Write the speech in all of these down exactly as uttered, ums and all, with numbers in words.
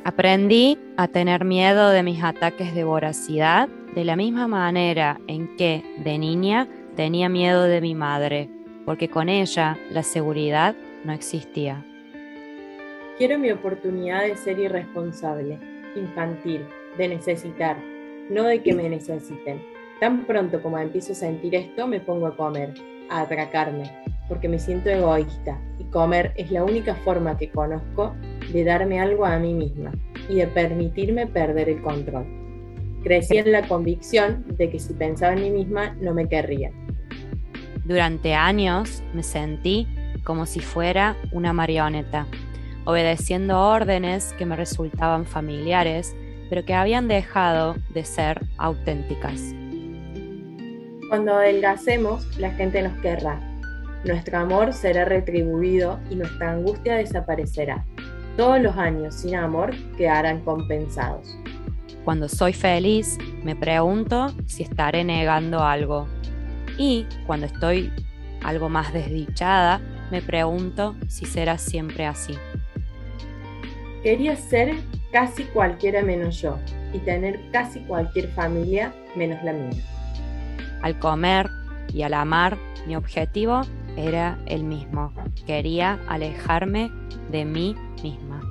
Aprendí a tener miedo de mis ataques de voracidad de la misma manera en que de niña tenía miedo de mi madre, porque con ella la seguridad no existía. Quiero mi oportunidad de ser irresponsable, infantil, de necesitar, no de que me necesiten. Tan pronto como empiezo a sentir esto, me pongo a comer, a atracarme, porque me siento egoísta y comer es la única forma que conozco de darme algo a mí misma y de permitirme perder el control. Crecí en la convicción de que si pensaba en mí misma no me querrían. Durante años me sentí como si fuera una marioneta, obedeciendo órdenes que me resultaban familiares, pero que habían dejado de ser auténticas. Cuando adelgacemos, la gente nos querrá. Nuestro amor será retribuido y nuestra angustia desaparecerá. Todos los años sin amor quedarán compensados. Cuando soy feliz, me pregunto si estaré negando algo. Y cuando estoy algo más desdichada, me pregunto si será siempre así. Quería ser casi cualquiera menos yo y tener casi cualquier familia menos la mía. Al comer y al amar, mi objetivo era el mismo. Quería alejarme de mí misma.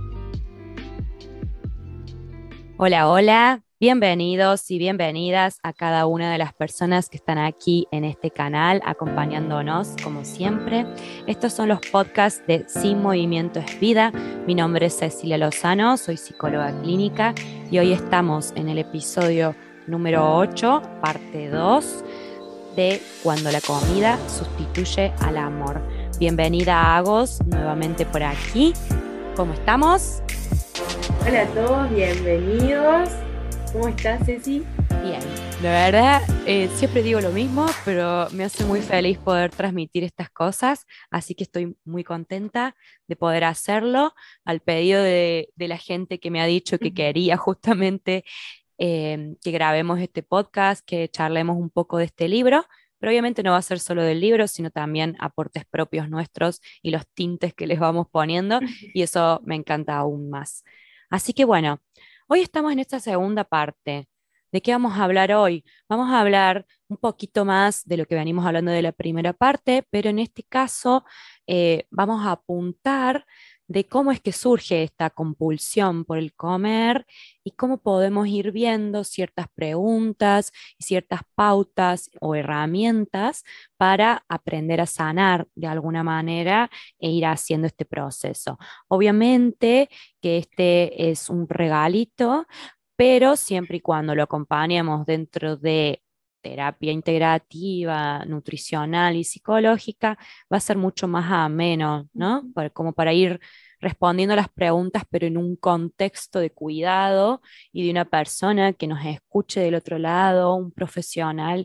Hola, hola, bienvenidos y bienvenidas a cada una de las personas que están aquí en este canal acompañándonos como siempre. Estos son los podcasts de Sin Movimiento es Vida. Mi nombre es Cecilia Lozano, soy psicóloga clínica y hoy estamos en el episodio número ocho, parte dos de Cuando la comida sustituye al amor. Bienvenida Agos, nuevamente por aquí. ¿Cómo estamos? Hola a todos, bienvenidos. ¿Cómo estás, Ceci? Bien, la verdad, eh, siempre digo lo mismo, pero me hace muy feliz poder transmitir estas cosas, así que estoy muy contenta de poder hacerlo al pedido de, de la gente que me ha dicho que quería justamente eh, que grabemos este podcast, que charlemos un poco de este libro, pero obviamente no va a ser solo del libro, sino también aportes propios nuestros y los tintes que les vamos poniendo, y eso me encanta aún más. Así que bueno, hoy estamos en esta segunda parte. ¿De qué vamos a hablar hoy? Vamos a hablar un poquito más de lo que venimos hablando de la primera parte, pero en este caso eh, vamos a apuntar de cómo es que surge esta compulsión por el comer y cómo podemos ir viendo ciertas preguntas y ciertas pautas o herramientas para aprender a sanar de alguna manera e ir haciendo este proceso. Obviamente que este es un regalito, pero siempre y cuando lo acompañemos dentro de terapia integrativa, nutricional y psicológica, va a ser mucho más ameno, ¿no? Para- como para ir respondiendo a las preguntas, pero en un contexto de cuidado y de una persona que nos escuche del otro lado, un profesional,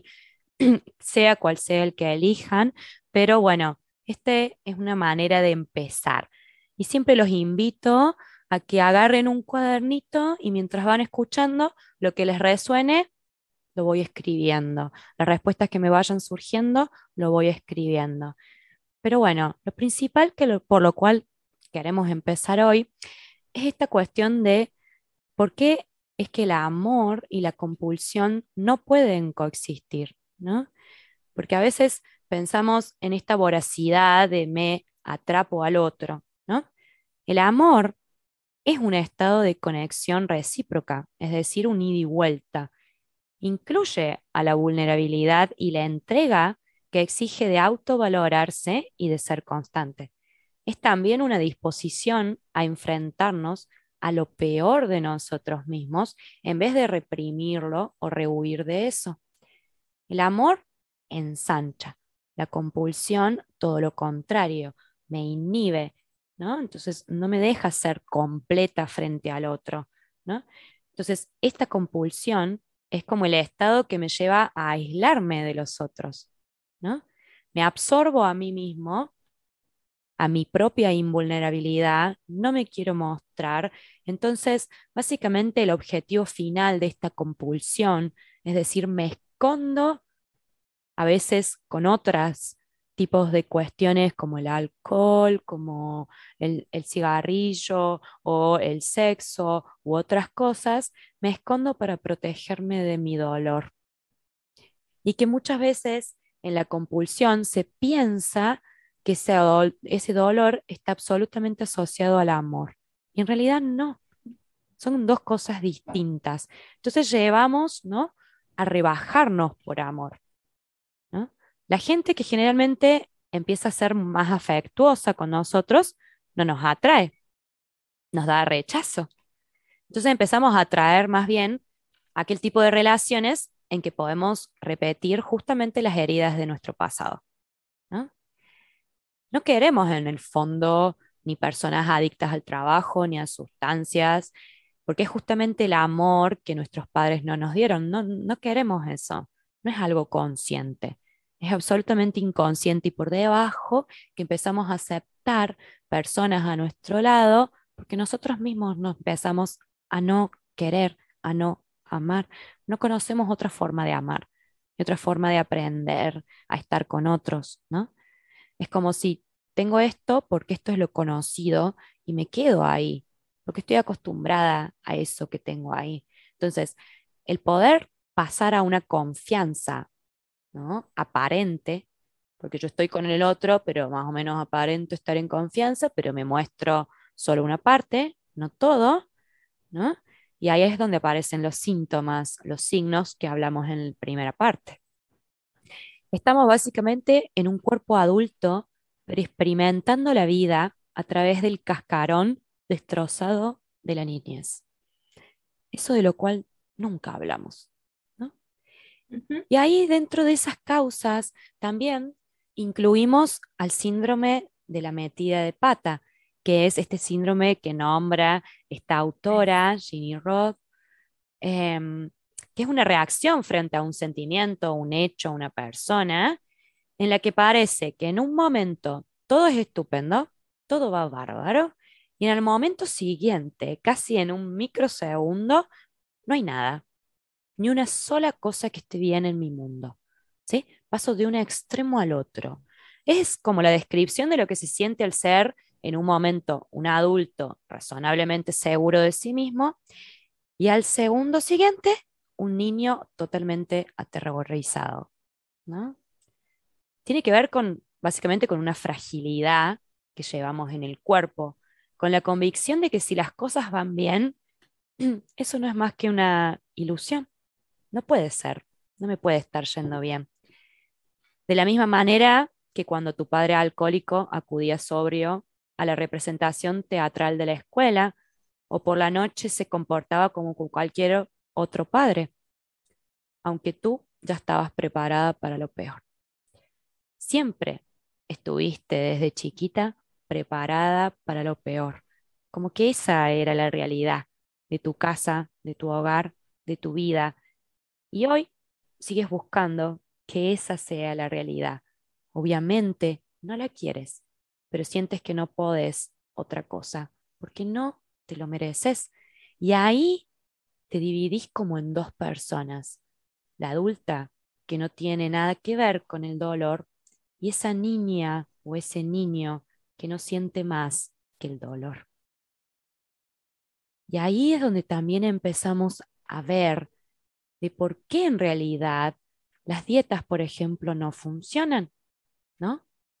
sea cual sea el que elijan, pero bueno, este es una manera de empezar. Y siempre los invito a que agarren un cuadernito y mientras van escuchando lo que les resuene, lo voy escribiendo. Las respuestas que me vayan surgiendo, lo voy escribiendo. Pero bueno, lo principal que lo- por lo cual queremos empezar hoy es esta cuestión de por qué es que el amor y la compulsión no pueden coexistir, ¿no? Porque a veces pensamos en esta voracidad de me atrapo al otro, ¿no? El amor es un estado de conexión recíproca, es decir, un ida y vuelta. Incluye a la vulnerabilidad y la entrega que exige de autovalorarse y de ser constante. Es también una disposición a enfrentarnos a lo peor de nosotros mismos en vez de reprimirlo o rehuir de eso. El amor ensancha, la compulsión, todo lo contrario, me inhibe, ¿no? Entonces no me deja ser completa frente al otro, ¿no? Entonces, esta compulsión es como el estado que me lleva a aislarme de los otros, ¿no? Me absorbo a mí mismo, a mi propia invulnerabilidad, no me quiero mostrar. Entonces, básicamente el objetivo final de esta compulsión, es decir, me escondo a veces con otras tipos de cuestiones como el alcohol, como el, el cigarrillo o el sexo u otras cosas, me escondo para protegerme de mi dolor. Y que muchas veces en la compulsión se piensa que ese, dol- ese dolor está absolutamente asociado al amor. Y en realidad no, son dos cosas distintas. Entonces llevamos, ¿no?, a rebajarnos por amor, ¿no? La gente que generalmente empieza a ser más afectuosa con nosotros no nos atrae, nos da rechazo. Entonces empezamos a atraer más bien aquel tipo de relaciones en que podemos repetir justamente las heridas de nuestro pasado, ¿no? No queremos en el fondo ni personas adictas al trabajo ni a sustancias, porque es justamente el amor que nuestros padres no nos dieron. No, no queremos eso, no es algo consciente, es absolutamente inconsciente y por debajo que empezamos a aceptar personas a nuestro lado porque nosotros mismos nos empezamos a no querer, a no amar. No conocemos otra forma de amar y otra forma de aprender a estar con otros, ¿no? Es como si tengo esto porque esto es lo conocido y me quedo ahí, porque estoy acostumbrada a eso que tengo ahí. Entonces, el poder pasar a una confianza, ¿no?, aparente, porque yo estoy con el otro, pero más o menos aparento estar en confianza, pero me muestro solo una parte, no todo, ¿no? Y ahí es donde aparecen los síntomas, los signos que hablamos en la primera parte. Estamos básicamente en un cuerpo adulto, pero experimentando la vida a través del cascarón destrozado de la niñez. Eso de lo cual nunca hablamos, ¿no? Ujú. Y ahí dentro de esas causas también incluimos al síndrome de la metida de pata, que es este síndrome que nombra esta Es- autora, Ginny Roth, em, que es una reacción frente a un sentimiento, un hecho, una persona en la que parece que en un momento todo es estupendo, todo va bárbaro, y en el momento siguiente, casi en un microsegundo, no hay nada, ni una sola cosa que esté bien en mi mundo. ¿Sí? Paso de un extremo al otro. Es como la descripción de lo que se siente al ser en un momento un adulto razonablemente seguro de sí mismo y al segundo siguiente un niño totalmente aterrorizado, ¿no? Tiene que ver con, básicamente, con una fragilidad que llevamos en el cuerpo, con la convicción de que si las cosas van bien, eso no es más que una ilusión. No puede ser, no me puede estar yendo bien. De la misma manera que cuando tu padre alcohólico acudía sobrio a la representación teatral de la escuela, o por la noche se comportaba como cualquier otro padre, aunque tú ya estabas preparada para lo peor. Siempre estuviste desde chiquita preparada para lo peor, como que esa era la realidad de tu casa, de tu hogar, de tu vida. Y hoy sigues buscando que esa sea la realidad. Obviamente no la quieres, pero sientes que no podés otra cosa, porque no te lo mereces. Y ahí te dividís como en dos personas, la adulta que no tiene nada que ver con el dolor y esa niña o ese niño que no siente más que el dolor. Y ahí es donde también empezamos a ver de por qué en realidad las dietas, por ejemplo, no funcionan, ¿no?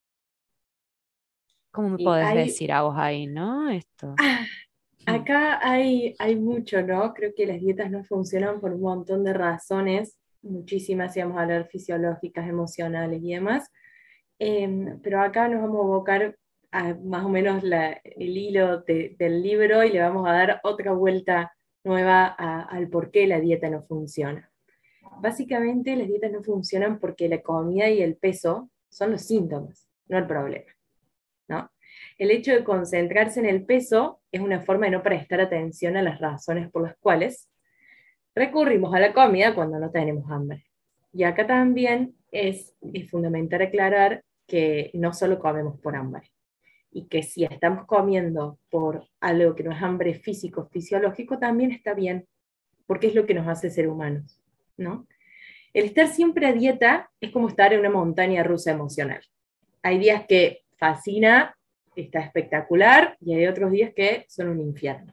¿Cómo me y podés hay, decir a vos ahí, no? Esto. ah, Hmm. acá hay, hay mucho, ¿no? Creo que las dietas no funcionan por un montón de razones, muchísimas, si vamos a hablar fisiológicas, emocionales y demás. Em, pero acá nos vamos a abocar a más o menos la- el hilo de- del libro y le vamos a dar otra vuelta nueva a- al por qué la dieta no funciona. Básicamente las dietas no funcionan porque la comida y el peso son los síntomas, no el problema, ¿no? El hecho de concentrarse en el peso es una forma de no prestar atención a las razones por las cuales recurrimos a la comida cuando no tenemos hambre. Y acá también es, es fundamental aclarar que no solo comemos por hambre, y que si estamos comiendo por algo que no es hambre físico, fisiológico, también está bien, porque es lo que nos hace ser humanos, ¿no? El estar siempre a dieta es como estar en una montaña rusa emocional. Hay días que fascina, está espectacular, y hay otros días que son un infierno.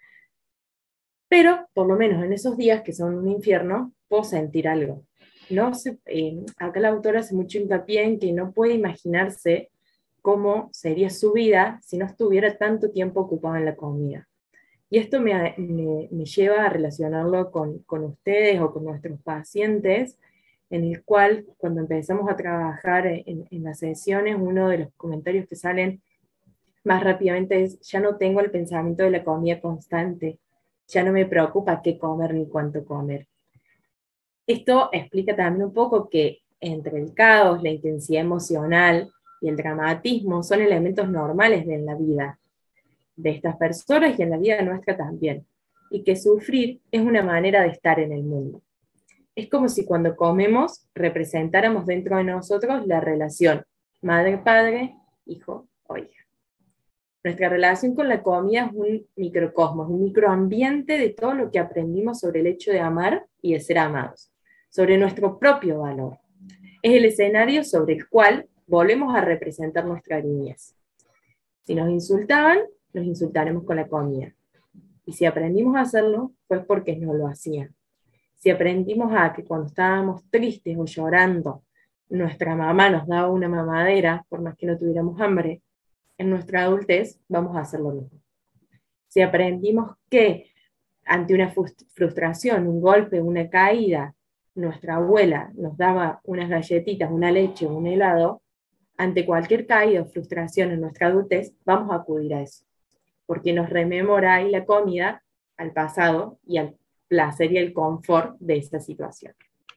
Pero, por lo menos en esos días que son un infierno, puedo sentir algo. No se, eh, acá la autora hace mucho hincapié en que no puede imaginarse cómo sería su vida si no estuviera tanto tiempo ocupada en la comida. Y esto me, me, me lleva a relacionarlo con, con ustedes o con nuestros pacientes, en el cual cuando empezamos a trabajar en, en las sesiones, uno de los comentarios que salen más rápidamente es: ya no tengo el pensamiento de la comida constante, ya no me preocupa qué comer ni cuánto comer. Esto explica también un poco que entre el caos, la intensidad emocional y el dramatismo son elementos normales de la vida de estas personas y en la vida nuestra también, y que sufrir es una manera de estar en el mundo. Es como si cuando comemos representáramos dentro de nosotros la relación madre-padre, hijo o hija. Nuestra relación con la comida es un microcosmos, un microambiente de todo lo que aprendimos sobre el hecho de amar y de ser amados, sobre nuestro propio valor. Es el escenario sobre el cual volvemos a representar nuestra niñez. Si nos insultaban, nos insultaremos con la comida. Y si aprendimos a hacerlo, fue porque nos lo hacían. Si aprendimos a que cuando estábamos tristes o llorando, nuestra mamá nos daba una mamadera, por más que no tuviéramos hambre, en nuestra adultez vamos a hacer lo mismo. Si aprendimos que ante una frustración, un golpe, una caída, nuestra abuela nos daba unas galletitas, una leche, un helado, ante cualquier caída o frustración en nuestra adultez, vamos a acudir a eso, porque nos rememora ahí la comida al pasado y al placer y el confort de esa situación.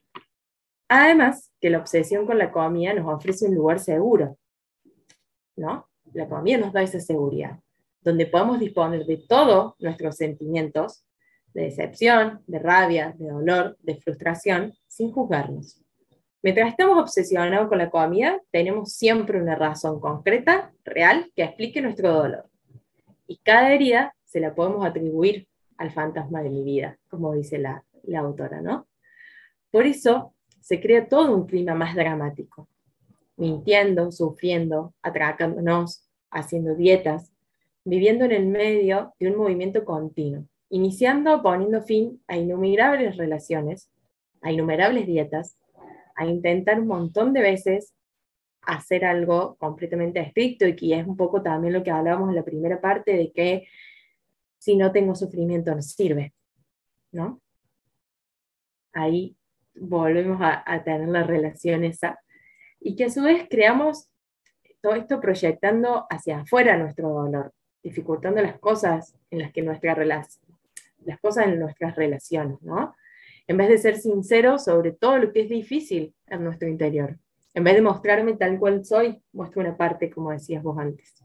Además, que la obsesión con la comida nos ofrece un lugar seguro, ¿no? La comida nos da esa seguridad, donde podemos disponer de todos nuestros sentimientos, de decepción, de rabia, de dolor, de frustración, sin juzgarnos. Mientras estamos obsesionados con la comida, tenemos siempre una razón concreta, real, que explique nuestro dolor. Y cada herida se la podemos atribuir al fantasma de mi vida, como dice la, la autora, ¿no? Por eso se crea todo un clima más dramático, mintiendo, sufriendo, atracándonos, haciendo dietas, viviendo en el medio de un movimiento continuo, iniciando o poniendo fin a innumerables relaciones, a innumerables dietas, a intentar un montón de veces hacer algo completamente estricto, y que es un poco también lo que hablábamos en la primera parte, de que si no tengo sufrimiento no sirve, ¿no? Ahí volvemos a, a tener la relación esa, y que a su vez creamos todo esto proyectando hacia afuera nuestro dolor, dificultando las cosas en las que nuestra relación, las cosas en nuestras relaciones, ¿no? En vez de ser sinceros sobre todo lo que es difícil en nuestro interior. En vez de mostrarme tal cual soy, muestro una parte, como decías vos antes.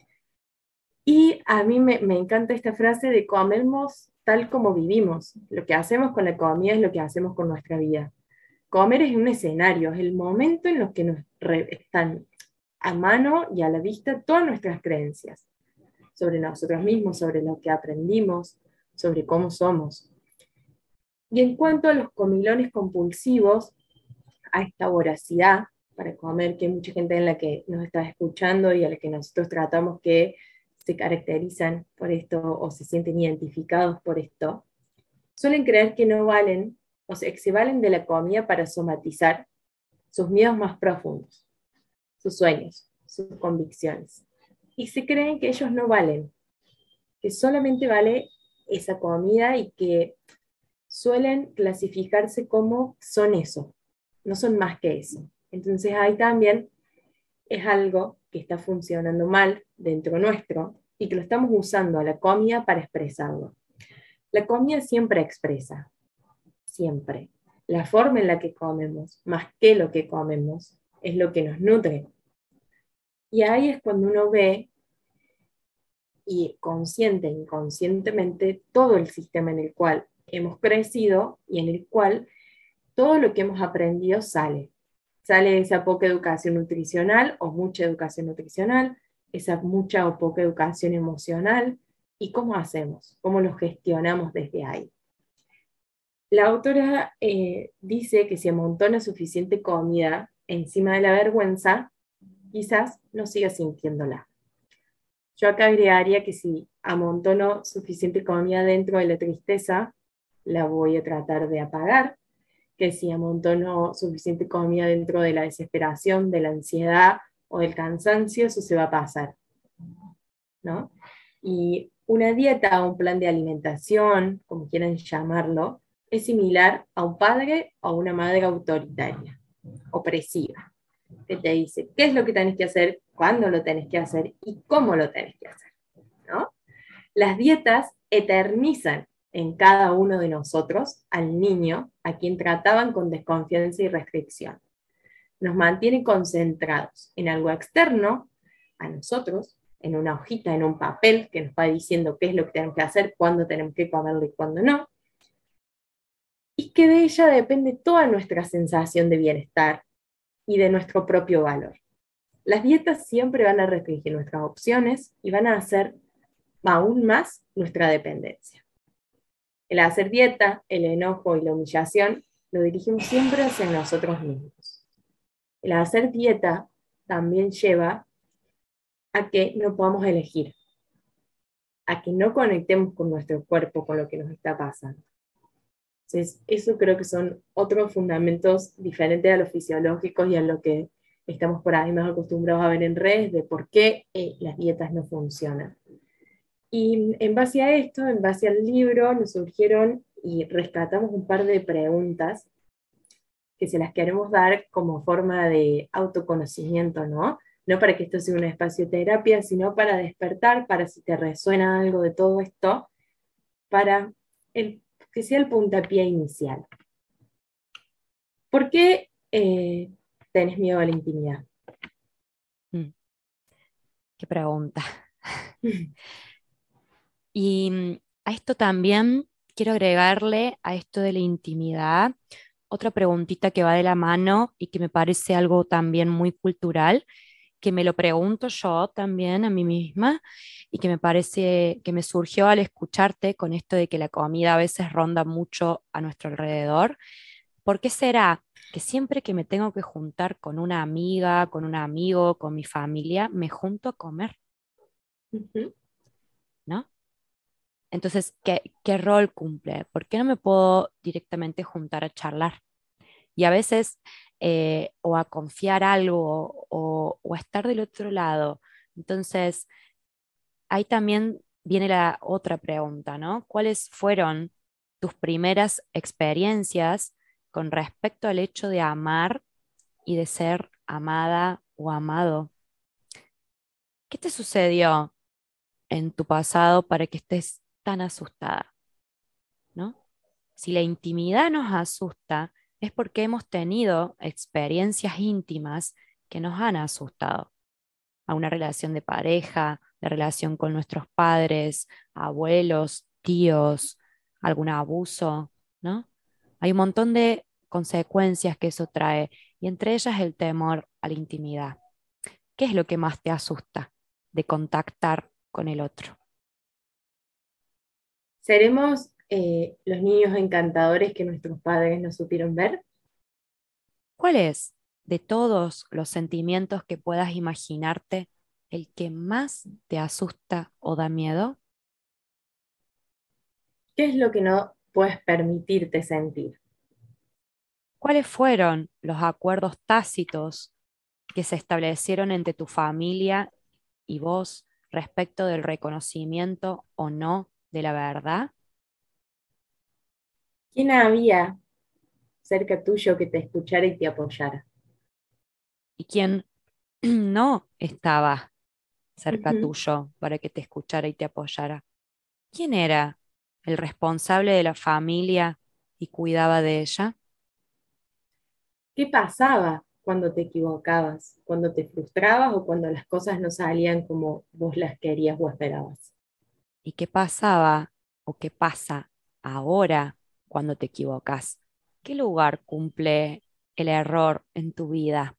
Y a mí me, me encanta esta frase de comemos tal como vivimos. Lo que hacemos con la comida es lo que hacemos con nuestra vida. Comer es un escenario, es el momento en el que nos re, están a mano y a la vista todas nuestras creencias sobre nosotros mismos, sobre lo que aprendimos, sobre cómo somos. Y en cuanto a los comilones compulsivos, a esta voracidad para comer, que hay mucha gente en la que nos está escuchando y a la que nosotros tratamos que se caracterizan por esto o se sienten identificados por esto, suelen creer que no valen, o sea, que se valen de la comida para somatizar sus miedos más profundos, sus sueños, sus convicciones. Y se creen que ellos no valen, que solamente vale esa comida, y que suelen clasificarse como son eso, no son más que eso. Entonces ahí también es algo que está funcionando mal dentro nuestro y que lo estamos usando a la comida para expresarlo. La comida siempre expresa, siempre. La forma en la que comemos, más que lo que comemos, es lo que nos nutre. Y ahí es cuando uno ve, y consciente e inconscientemente, todo el sistema en el cual hemos crecido y en el cual todo lo que hemos aprendido sale. Sale esa poca educación nutricional o mucha educación nutricional, esa mucha o poca educación emocional, y cómo hacemos, cómo lo gestionamos desde ahí. La autora eh, dice que si amontona suficiente comida encima de la vergüenza, quizás no sigas sintiéndola. Yo acá agregaría que si amontono suficiente comida dentro de la tristeza, la voy a tratar de apagar, que si amontono suficiente comida dentro de la desesperación, de la ansiedad o del cansancio, eso se va a pasar, ¿no? Y una dieta o un plan de alimentación, como quieran llamarlo, es similar a un padre o una madre autoritaria, opresiva, que te dice qué es lo que tenés que hacer, cuándo lo tenés que hacer y cómo lo tenés que hacer, ¿no? Las dietas eternizan en cada uno de nosotros al niño a quien trataban con desconfianza y restricción. Nos mantiene concentrados en algo externo a nosotros, en una hojita, en un papel que nos va diciendo qué es lo que tenemos que hacer, cuándo tenemos que comerlo y cuándo no, y que de ella depende toda nuestra sensación de bienestar y de nuestro propio valor. Las dietas siempre van a restringir nuestras opciones y van a hacer aún más nuestra dependencia. El hacer dieta, el enojo y la humillación lo dirigimos siempre hacia nosotros mismos. El hacer dieta también lleva a que no podamos elegir, a que no conectemos con nuestro cuerpo, con lo que nos está pasando. Entonces, eso creo que son otros fundamentos diferentes a los fisiológicos y a lo que estamos por ahí más acostumbrados a ver en redes de por qué eh, las dietas no funcionan. Y en base a esto, en base al libro, nos surgieron y rescatamos un par de preguntas que se las queremos dar como forma de autoconocimiento, ¿no? No para que esto sea un espacio de terapia, sino para despertar, para si te resuena algo de todo esto, para el, que sea el puntapié inicial. ¿Por qué eh, tenés miedo a la intimidad? Mm, qué pregunta. Y mm, a esto también quiero agregarle, a esto de la intimidad, otra preguntita que va de la mano y que me parece algo también muy cultural, que me lo pregunto yo también a mí misma y que me parece que me surgió al escucharte con esto de que la comida a veces ronda mucho a nuestro alrededor. ¿Por qué será que siempre que me tengo que juntar con una amiga, con un amigo, con mi familia, me junto a comer, Uh-huh. ¿no? Entonces, ¿qué, qué rol cumple? ¿Por qué no me puedo directamente juntar a charlar? Y a veces, eh, o a confiar algo, o, o a estar del otro lado. Entonces, ahí también viene la otra pregunta, ¿no? ¿Cuáles fueron tus primeras experiencias con respecto al hecho de amar y de ser amada o amado? ¿Qué te sucedió en tu pasado para que estés tan asustada, ¿no? Si la intimidad nos asusta, es porque hemos tenido experiencias íntimas que nos han asustado. A una relación de pareja, de relación con nuestros padres, abuelos, tíos, algún abuso, ¿no? Hay un montón de consecuencias que eso trae y entre ellas el temor a la intimidad. ¿Qué es lo que más te asusta de contactar con el otro? ¿Seremos eh, los niños encantadores que nuestros padres no supieron ver? ¿Cuál es, de todos los sentimientos que puedas imaginarte, el que más te asusta o da miedo? ¿Qué es lo que no puedes permitirte sentir? ¿Cuáles fueron los acuerdos tácitos que se establecieron entre tu familia y vos respecto del reconocimiento o no de la verdad? ¿Quién había cerca tuyo que te escuchara y te apoyara? ¿Y quién no estaba cerca Uh-huh. tuyo para que te escuchara y te apoyara? ¿Quién era el responsable de la familia y cuidaba de ella? ¿Qué pasaba cuando te equivocabas, cuando te frustrabas o cuando las cosas no salían como vos las querías o esperabas? ¿Y qué pasaba o qué pasa ahora cuando te equivocas? ¿Qué lugar cumple el error en tu vida?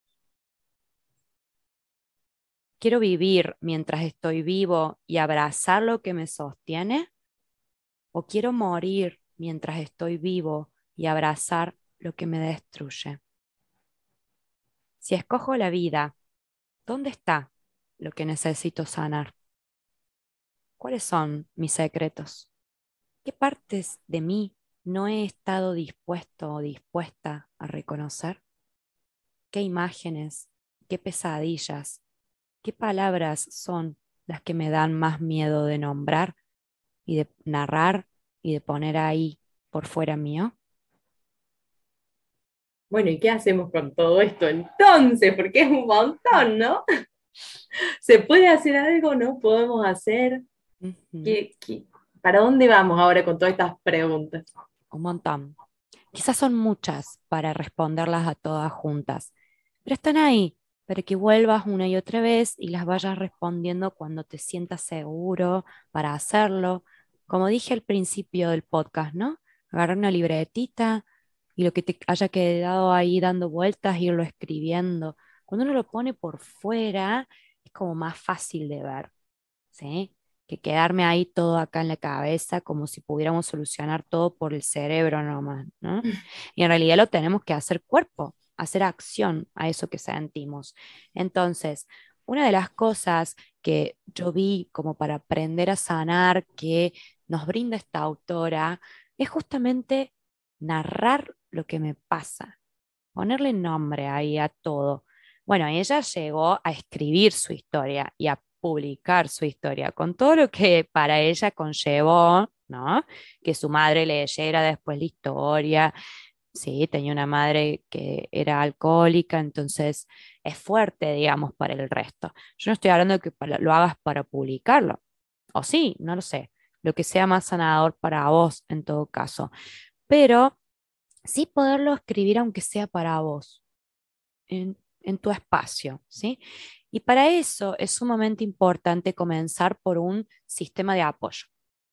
¿Quiero vivir mientras estoy vivo y abrazar lo que me sostiene? ¿O quiero morir mientras estoy vivo y abrazar lo que me destruye? Si escojo la vida ¿Dónde está lo que necesito sanar? ¿Cuáles son mis secretos? ¿Qué partes de mí no he estado dispuesto o dispuesta a reconocer? ¿Qué imágenes, qué pesadillas, qué palabras son las que me dan más miedo de nombrar y de narrar y de poner ahí por fuera mío? Bueno, ¿y qué hacemos con todo esto entonces? Porque es un montón, ¿no? ¿Se puede hacer algo? ¿No podemos hacer? Ujú. ¿Qué, qué- para dónde vamos ahora con todas estas preguntas? Un montón. Quizás son muchas para responderlas a todas juntas, pero están ahí para que vuelvas una y otra vez y las vayas respondiendo cuando te sientas seguro para hacerlo. Como dije al principio del podcast, ¿no? Agarrar una libretita y lo que te haya quedado ahí dando vueltas, irlo escribiendo. Cuando uno lo pone por fuera, es como más fácil de ver, ¿sí? Que quedarme ahí todo acá en la cabeza como si pudiéramos solucionar todo por el cerebro nomás, ¿no? Y en realidad lo tenemos que hacer cuerpo, hacer acción a eso que sentimos. Entonces, una de las cosas que yo vi como para aprender a sanar que nos brinda esta autora es justamente narrar lo que me pasa, ponerle nombre ahí a todo. Bueno, ella llegó a escribir su historia y a publicar su historia, con todo lo que para ella conllevó, ¿no? Que su madre leyera después la historia. Sí, tenía una madre que era alcohólica, entonces es fuerte, digamos, para el resto. Yo no estoy hablando de que para- lo hagas para publicarlo, o sí, no lo sé, lo que sea más sanador para vos en todo caso, pero sí poderlo escribir aunque sea para vos en, en tu espacio, ¿sí? Y para eso es sumamente importante comenzar por un sistema de apoyo,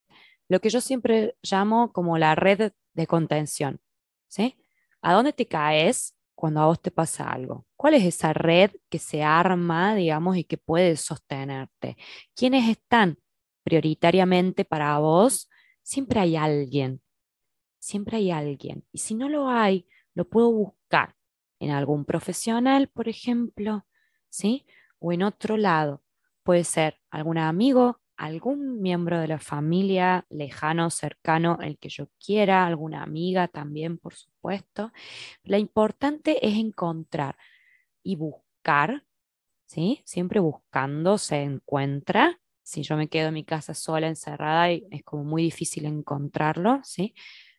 lo que yo siempre llamo como la red de contención, ¿sí? ¿A dónde te caes cuando a vos te pasa algo? ¿Cuál es esa red que se arma, digamos, y que puede sostenerte? ¿Quiénes están prioritariamente para vos? Siempre hay alguien, siempre hay alguien. Y si no lo hay, lo puedo buscar en algún profesional, por ejemplo, ¿sí? O en otro lado. Puede ser algún amigo, algún miembro de la familia lejano, cercano, el que yo quiera, alguna amiga también, por supuesto. Lo importante es encontrar y buscar, ¿sí? Siempre buscando se encuentra. Si yo me quedo en mi casa sola, encerrada, y es como muy difícil encontrarlo, ¿sí?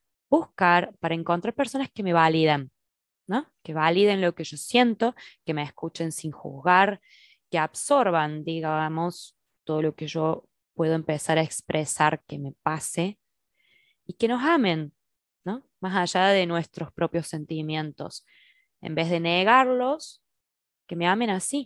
Buscar para encontrar personas que me validan, ¿no? Que validen lo que yo siento, que me escuchen sin juzgar, que absorban, digamos, todo lo que yo puedo empezar a expresar que me pase y que nos amen, ¿no? Más allá de nuestros propios sentimientos. En vez de negarlos, que me amen así,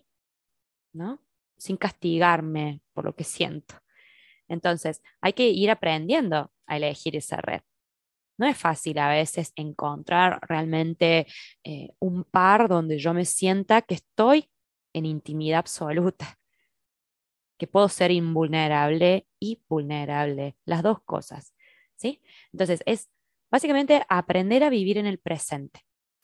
¿no? Sin castigarme por lo que siento. Entonces, hay que ir aprendiendo a elegir esa red. No es fácil a veces encontrar realmente eh, un par donde yo me sienta que estoy en intimidad absoluta, que puedo ser invulnerable y vulnerable, las dos cosas, ¿sí? Entonces, es básicamente aprender a vivir en el presente,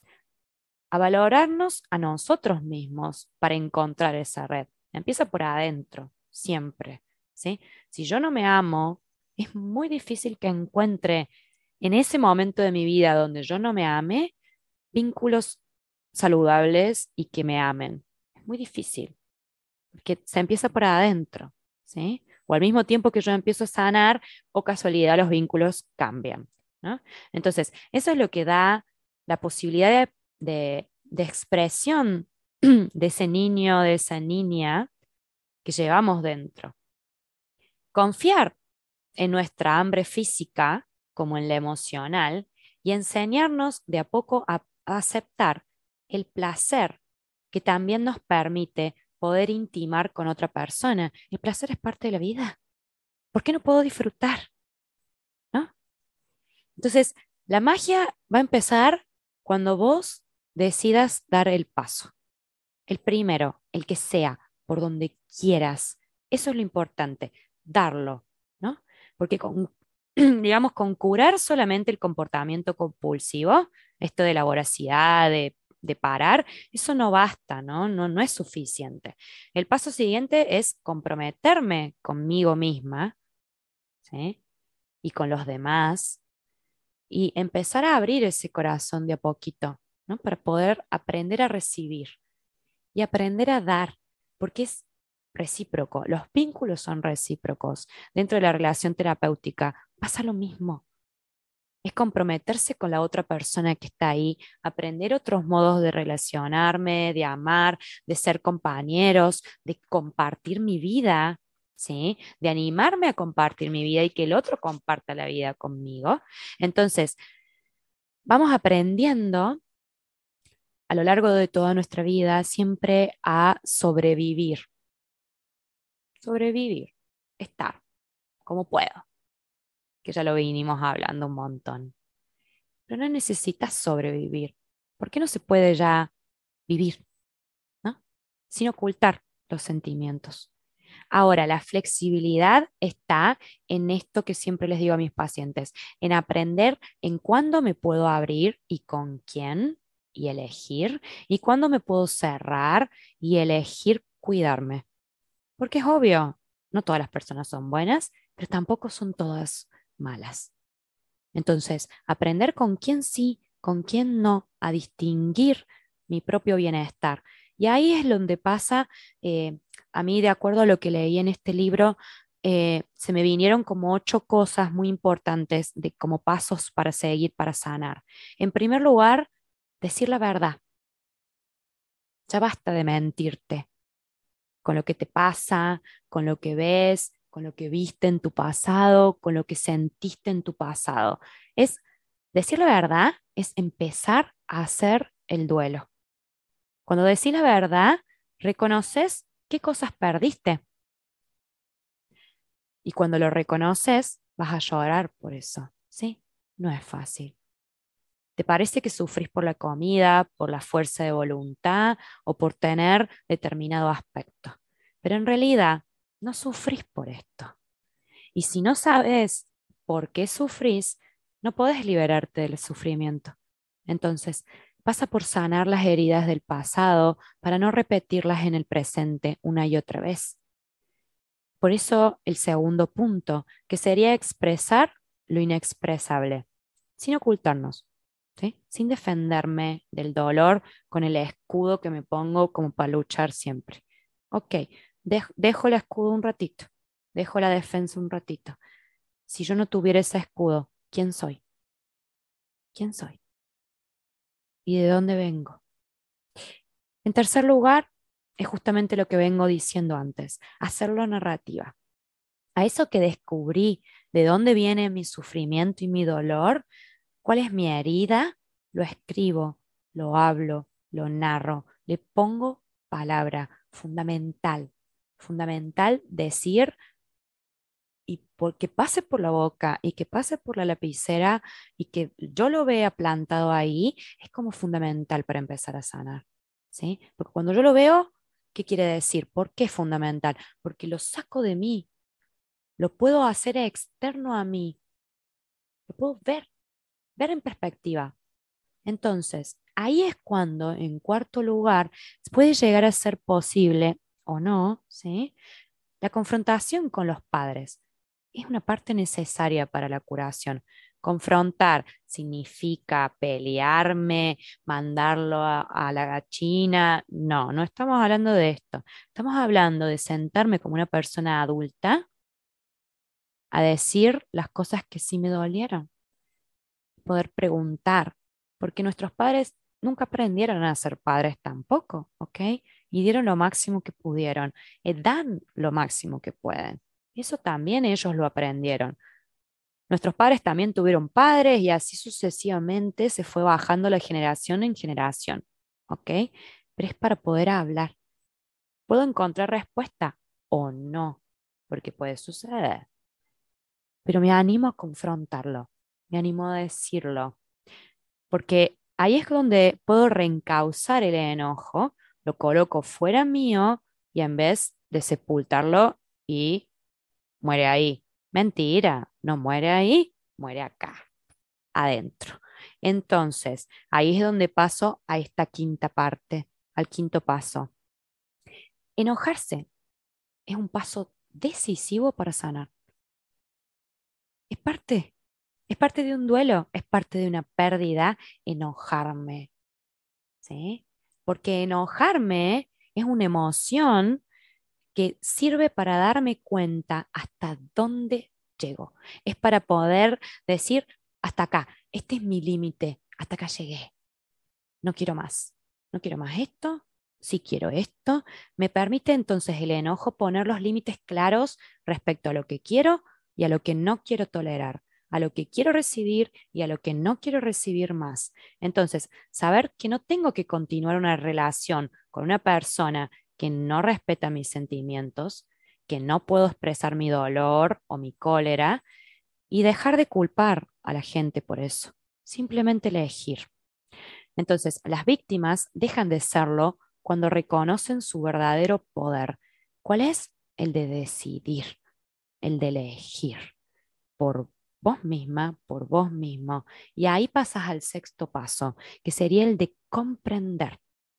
a valorarnos a nosotros mismos para encontrar esa red. Empieza por adentro, siempre, ¿sí? Si yo no me amo, es muy difícil que encuentre en ese momento de mi vida donde yo no me ame, vínculos saludables y que me amen. Es muy difícil, porque se empieza por adentro, ¿sí? O al mismo tiempo que yo empiezo a sanar, o casualidad los vínculos cambian, ¿no? Entonces, eso es lo que da la posibilidad de, de, de expresión de ese niño, de esa niña que llevamos dentro. Confiar en nuestra hambre física como en la emocional y enseñarnos de a poco a, a aceptar el placer que también nos permite poder intimar con otra persona. El placer es parte de la vida. ¿Por qué no puedo disfrutar? ¿No? Entonces, la magia va a empezar cuando vos decidas dar el paso. El primero, el que sea, por donde quieras. Eso es lo importante, darlo, ¿no? Porque con, digamos, con curar solamente el comportamiento compulsivo, esto de la voracidad, de de parar, eso no basta, ¿no? No, no es suficiente. El paso siguiente es comprometerme conmigo misma, ¿sí? Y con los demás y empezar a abrir ese corazón de a poquito, ¿no? Para poder aprender a recibir y aprender a dar, porque es recíproco, los vínculos son recíprocos. Dentro de la relación terapéutica pasa lo mismo. Es comprometerse con la otra persona que está ahí, aprender otros modos de relacionarme, de amar, de ser compañeros, de compartir mi vida, ¿sí? De animarme a compartir mi vida y que el otro comparta la vida conmigo. Entonces, vamos aprendiendo a lo largo de toda nuestra vida siempre a sobrevivir. Sobrevivir, estar como puedo, que ya lo vinimos hablando un montón. Pero no necesitas sobrevivir. ¿Por qué no se puede ya vivir, ¿no? Sin ocultar los sentimientos? Ahora, la flexibilidad está en esto que siempre les digo a mis pacientes, en aprender en cuándo me puedo abrir y con quién y elegir, y cuándo me puedo cerrar y elegir cuidarme. Porque es obvio, no todas las personas son buenas, pero tampoco son todas malas. Entonces, aprender con quién sí, con quién no, a distinguir mi propio bienestar. Y ahí es donde pasa, eh, a mí, de acuerdo a lo que leí en este libro, eh, se me vinieron como ocho cosas muy importantes de, como pasos para seguir, para sanar. En primer lugar, decir la verdad. Ya basta de mentirte con lo que te pasa, con lo que ves, con lo que viste en tu pasado, con lo que sentiste en tu pasado. Es decir la verdad, es empezar a hacer el duelo. Cuando decís la verdad, reconoces qué cosas perdiste. Y cuando lo reconoces, vas a llorar por eso. ¿Sí? No es fácil. ¿Te parece que sufrís por la comida, por la fuerza de voluntad o por tener determinado aspecto? Pero en realidad no sufrís por esto. Y si no sabes por qué sufrís, no podés liberarte del sufrimiento. Entonces, pasa por sanar las heridas del pasado para no repetirlas en el presente una y otra vez. Por eso el segundo punto, que sería expresar lo inexpresable, sin ocultarnos, ¿sí? Sin defenderme del dolor con el escudo que me pongo como para luchar siempre. Ok, dej- dejo el escudo un ratito, dejo la defensa un ratito. Si yo no tuviera ese escudo, ¿quién soy? ¿Quién soy? ¿Y de dónde vengo? En tercer lugar, es justamente lo que vengo diciendo antes, hacerlo narrativa. A eso que descubrí, de dónde viene mi sufrimiento y mi dolor, cuál es mi herida, lo escribo, lo hablo, lo narro, le pongo palabra, fundamental, fundamental decir y por- que pase por la boca y que pase por la lapicera y que yo lo vea plantado ahí, es como fundamental para empezar a sanar, ¿sí? Porque cuando yo lo veo, ¿qué quiere decir? ¿Por qué es fundamental? Porque lo saco de mí, lo puedo hacer externo a mí, lo puedo ver, ver en perspectiva. Entonces, ahí es cuando, en cuarto lugar, puede llegar a ser posible o no, ¿sí? La confrontación con los padres es una parte necesaria para la curación. Confrontar significa pelearme, mandarlo a, a la gachina. No, no estamos hablando de esto. Estamos hablando de sentarme como una persona adulta a decir las cosas que sí me dolieron, poder preguntar, porque nuestros padres nunca aprendieron a ser padres tampoco, ¿ok? Y dieron lo máximo que pudieron, eh, dan lo máximo que pueden. Eso también ellos lo aprendieron. Nuestros padres también tuvieron padres y así sucesivamente se fue bajando la generación en generación, ¿ok? Pero es para poder hablar. ¿Puedo encontrar respuesta o no? Porque puede suceder. Pero me animo a confrontarlo, me animo a decirlo, porque ahí es donde puedo reencauzar el enojo, lo coloco fuera mío y en vez de sepultarlo y muere ahí. Mentira, no muere ahí, muere acá, adentro. Entonces, ahí es donde paso a esta quinta parte, al quinto paso. Enojarse es un paso decisivo para sanar. Es parte, es parte de un duelo, es parte de una pérdida enojarme, ¿sí? Porque enojarme es una emoción que sirve para darme cuenta hasta dónde llego. Es para poder decir, hasta acá, este es mi límite, hasta acá llegué. No quiero más, no quiero más esto, sí quiero esto. Me permite entonces el enojo poner los límites claros respecto a lo que quiero y a lo que no quiero tolerar, a lo que quiero recibir y a lo que no quiero recibir más. Entonces, saber que no tengo que continuar una relación con una persona que no respeta mis sentimientos, que no puedo expresar mi dolor o mi cólera y dejar de culpar a la gente por eso. Simplemente elegir. Entonces, las víctimas dejan de serlo cuando reconocen su verdadero poder. ¿Cuál es? El de decidir, el de elegir por vos misma, por vos mismo. Y ahí pasas al sexto paso, que sería el de comprender.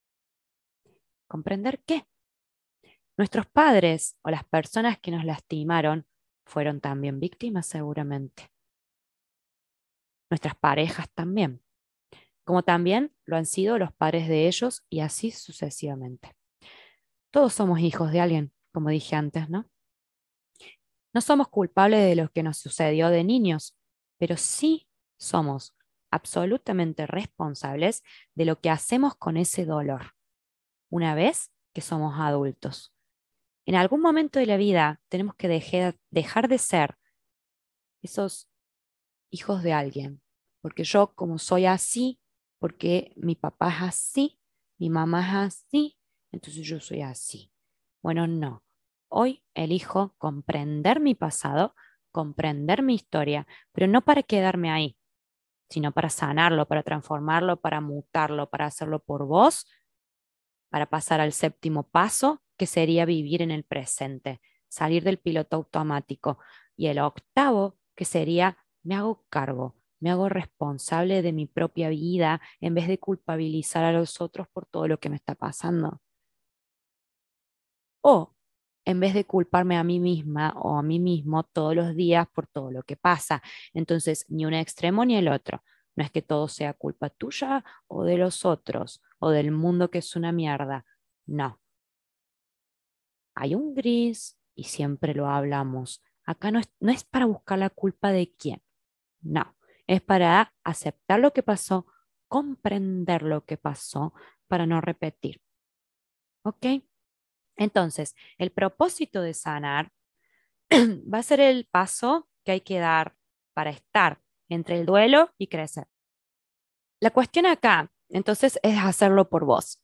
¿Comprender qué? Nuestros padres o las personas que nos lastimaron fueron también víctimas seguramente. Nuestras parejas también, como también lo han sido los padres de ellos y así sucesivamente. Todos somos hijos de alguien, como dije antes, ¿no? No somos culpables de lo que nos sucedió de niños, pero sí somos absolutamente responsables de lo que hacemos con ese dolor, una vez que somos adultos. En algún momento de la vida tenemos que dejar, dejar de ser esos hijos de alguien, porque yo como soy así, porque mi papá es así, mi mamá es así, entonces yo soy así. Bueno, no. Hoy elijo comprender mi pasado, comprender mi historia, pero no para quedarme ahí, sino para sanarlo, para transformarlo, para mutarlo, para hacerlo por vos, para pasar al séptimo paso, que sería vivir en el presente, salir del piloto automático. Y el octavo, que sería me hago cargo, me hago responsable de mi propia vida en vez de culpabilizar a los otros por todo lo que me está pasando. O en vez de culparme a mí misma o a mí mismo todos los días por todo lo que pasa. Entonces, ni un extremo ni el otro. No es que todo sea culpa tuya o de los otros o del mundo que es una mierda. No, hay un gris y siempre lo hablamos. Acá no es, no es para buscar la culpa de quién. No, es para aceptar lo que pasó, comprender lo que pasó para no repetir. ¿Ok? Entonces, el propósito de sanar va a ser el paso que hay que dar para estar entre el duelo y crecer. La cuestión acá, entonces, es hacerlo por vos.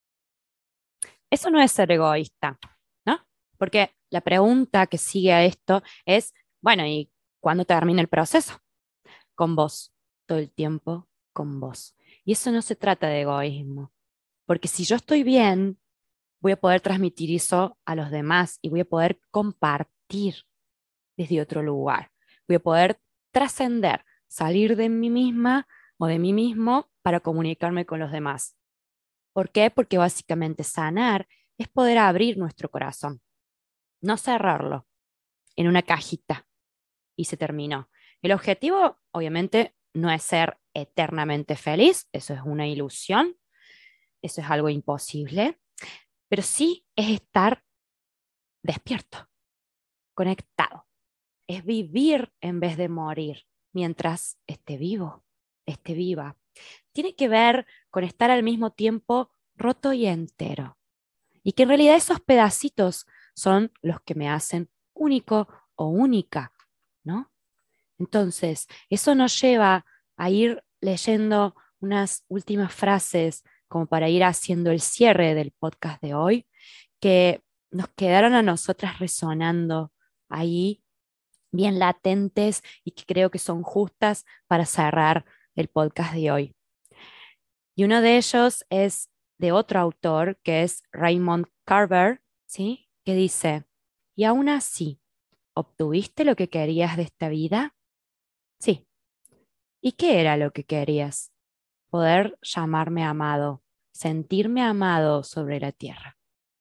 Eso no es ser egoísta, ¿no? Porque la pregunta que sigue a esto es, bueno, ¿y cuándo termina el proceso? Con vos, todo el tiempo con vos. Y eso no se trata de egoísmo, porque si yo estoy bien, voy a poder transmitir eso a los demás y voy a poder compartir desde otro lugar. Voy a poder trascender, salir de mí misma o de mí mismo para comunicarme con los demás. ¿Por qué? Porque básicamente sanar es poder abrir nuestro corazón, no cerrarlo en una cajita y se terminó. El objetivo, obviamente, no es ser eternamente feliz, eso es una ilusión, eso es algo imposible, pero sí es estar despierto, conectado, es vivir en vez de morir mientras esté vivo, esté viva. Tiene que ver con estar al mismo tiempo roto y entero. Y que en realidad esos pedacitos son los que me hacen único o única, ¿no? Entonces, eso nos lleva a ir leyendo unas últimas frases como para ir haciendo el cierre del podcast de hoy, que nos quedaron a nosotras resonando ahí, bien latentes y que creo que son justas para cerrar el podcast de hoy. Y uno de ellos es de otro autor que es Raymond Carver, ¿sí? Que dice, y aún así, ¿obtuviste lo que querías de esta vida? Sí, ¿Y qué era lo que querías? Poder llamarme amado, sentirme amado sobre la tierra.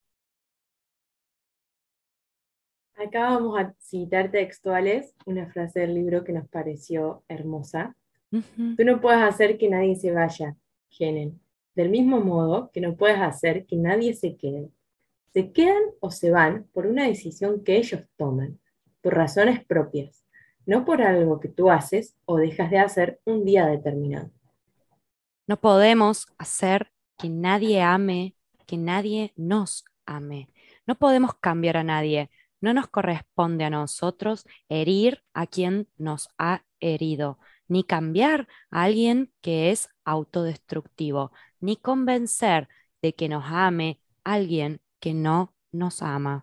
Acá vamos a citar textuales una frase del libro que nos pareció hermosa. Ujú. Tú no puedes hacer que nadie se vaya, Genen. Del mismo modo que no puedes hacer que nadie se quede. Se quedan o se van por una decisión que ellos toman, por razones propias, no por algo que tú haces o dejas de hacer un día determinado. No podemos hacer que nadie ame, que nadie nos ame. No podemos cambiar a nadie. No nos corresponde a nosotros herir a quien nos ha herido, ni cambiar a alguien que es autodestructivo, ni convencer de que nos ame a alguien que no nos ama.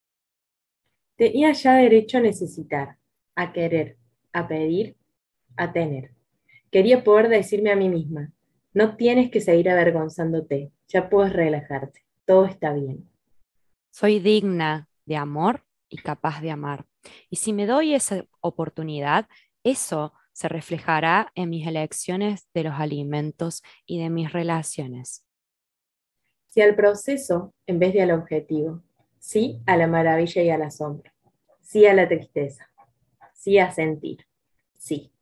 Tenía ya derecho a necesitar, a querer, a pedir, a tener. Quería poder decirme a mí misma, no tienes que seguir avergonzándote, ya puedes relajarte, todo está bien. Soy digna de amor y capaz de amar. Y si me doy esa oportunidad, eso se reflejará en mis elecciones de los alimentos y de mis relaciones. Sí al proceso en vez de al objetivo, sí a la maravilla y al asombro, sí a la tristeza, sí a sentir, sí,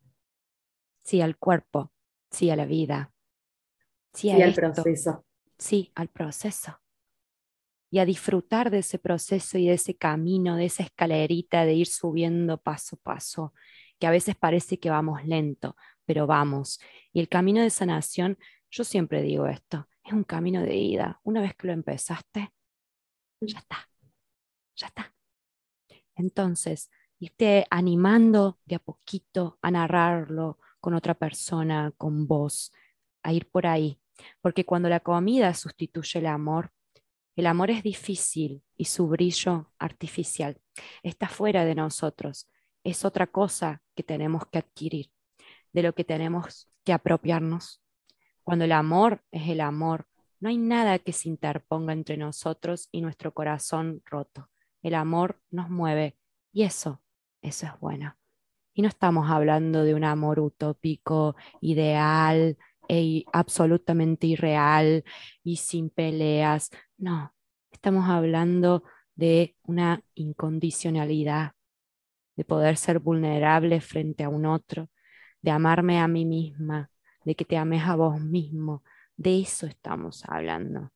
Sí al cuerpo, sí a la vida, sí a sí al esto, proceso. sí al proceso. Y a disfrutar de ese proceso y de ese camino, de esa escalerita de ir subiendo paso a paso, que a veces parece que vamos lento, pero vamos. Y el camino de sanación, yo siempre digo esto, es un camino de ida. Una vez que lo empezaste, ya está, ya está. Entonces, irte animando de a poquito a narrarlo con otra persona, con vos, a ir por ahí. Porque cuando la comida sustituye el amor, el amor es difícil y su brillo artificial. Está fuera de nosotros. Es otra cosa que tenemos que adquirir, de lo que tenemos que apropiarnos. Cuando el amor es el amor, no hay nada que se interponga entre nosotros y nuestro corazón roto. El amor nos mueve y eso, eso es bueno. Y no estamos hablando de un amor utópico, ideal e absolutamente irreal y sin peleas. No, estamos hablando de una incondicionalidad, de poder ser vulnerable frente a un otro, de amarme a mí misma, de que te ames a vos mismo. De eso estamos hablando.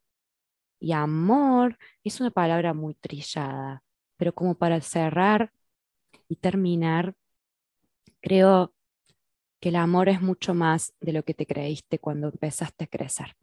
Y amor es una palabra muy trillada, pero como para cerrar y terminar, creo que el amor es mucho más de lo que te creíste cuando empezaste a crecer.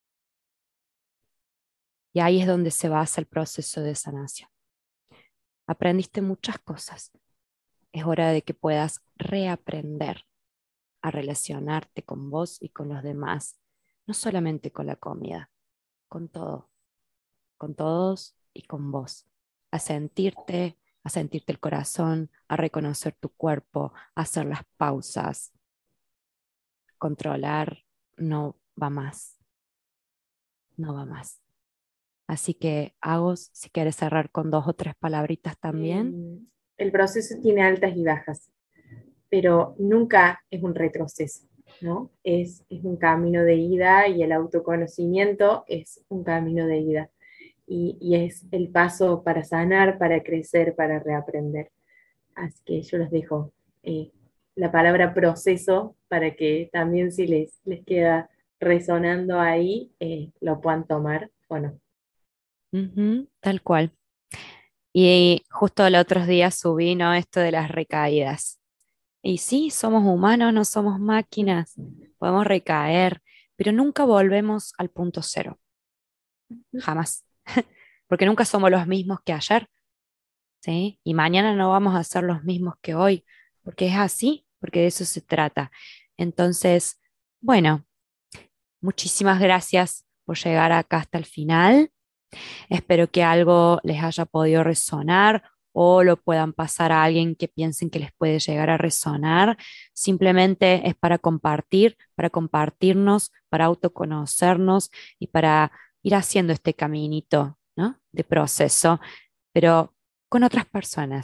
Y ahí es donde se basa el proceso de sanación. Aprendiste muchas cosas. Es hora de que puedas reaprender a relacionarte con vos y con los demás, no solamente con la comida, con todo, con todos y con vos. A sentirte, a sentirte el corazón, a reconocer tu cuerpo, a hacer las pausas. Controlar no va más, no va más. Así que, Agos, si quieres cerrar con dos o tres palabritas también. Eh, el proceso tiene altas y bajas, pero nunca es un retroceso, ¿no? Es, es un camino de ida y el autoconocimiento es un camino de ida. Y, y es el paso para sanar, para crecer, para reaprender. Así que yo les dejo eh, la palabra proceso para que también si les, les queda resonando ahí, eh, lo puedan tomar o no. Ujú, tal cual. Y justo el otro día subí, ¿no? Esto de las recaídas. Y sí, somos humanos, no somos máquinas. Podemos recaer, pero nunca volvemos al punto cero. Jamás. Porque nunca somos los mismos que ayer, ¿sí? Y mañana no vamos a ser los mismos que hoy, porque es así, porque de eso se trata. Entonces, bueno, muchísimas gracias por llegar acá hasta el final. Espero que algo les haya podido resonar o lo puedan pasar a alguien que piensen que les puede llegar a resonar. Simplemente es para compartir, para compartirnos, para autoconocernos y para ir haciendo este caminito, ¿no? De proceso, pero con otras personas.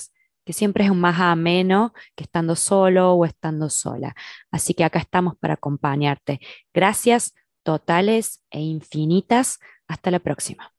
que siempre es más ameno que estando solo o estando sola. Así que acá estamos para acompañarte. Gracias totales e infinitas. Hasta la próxima.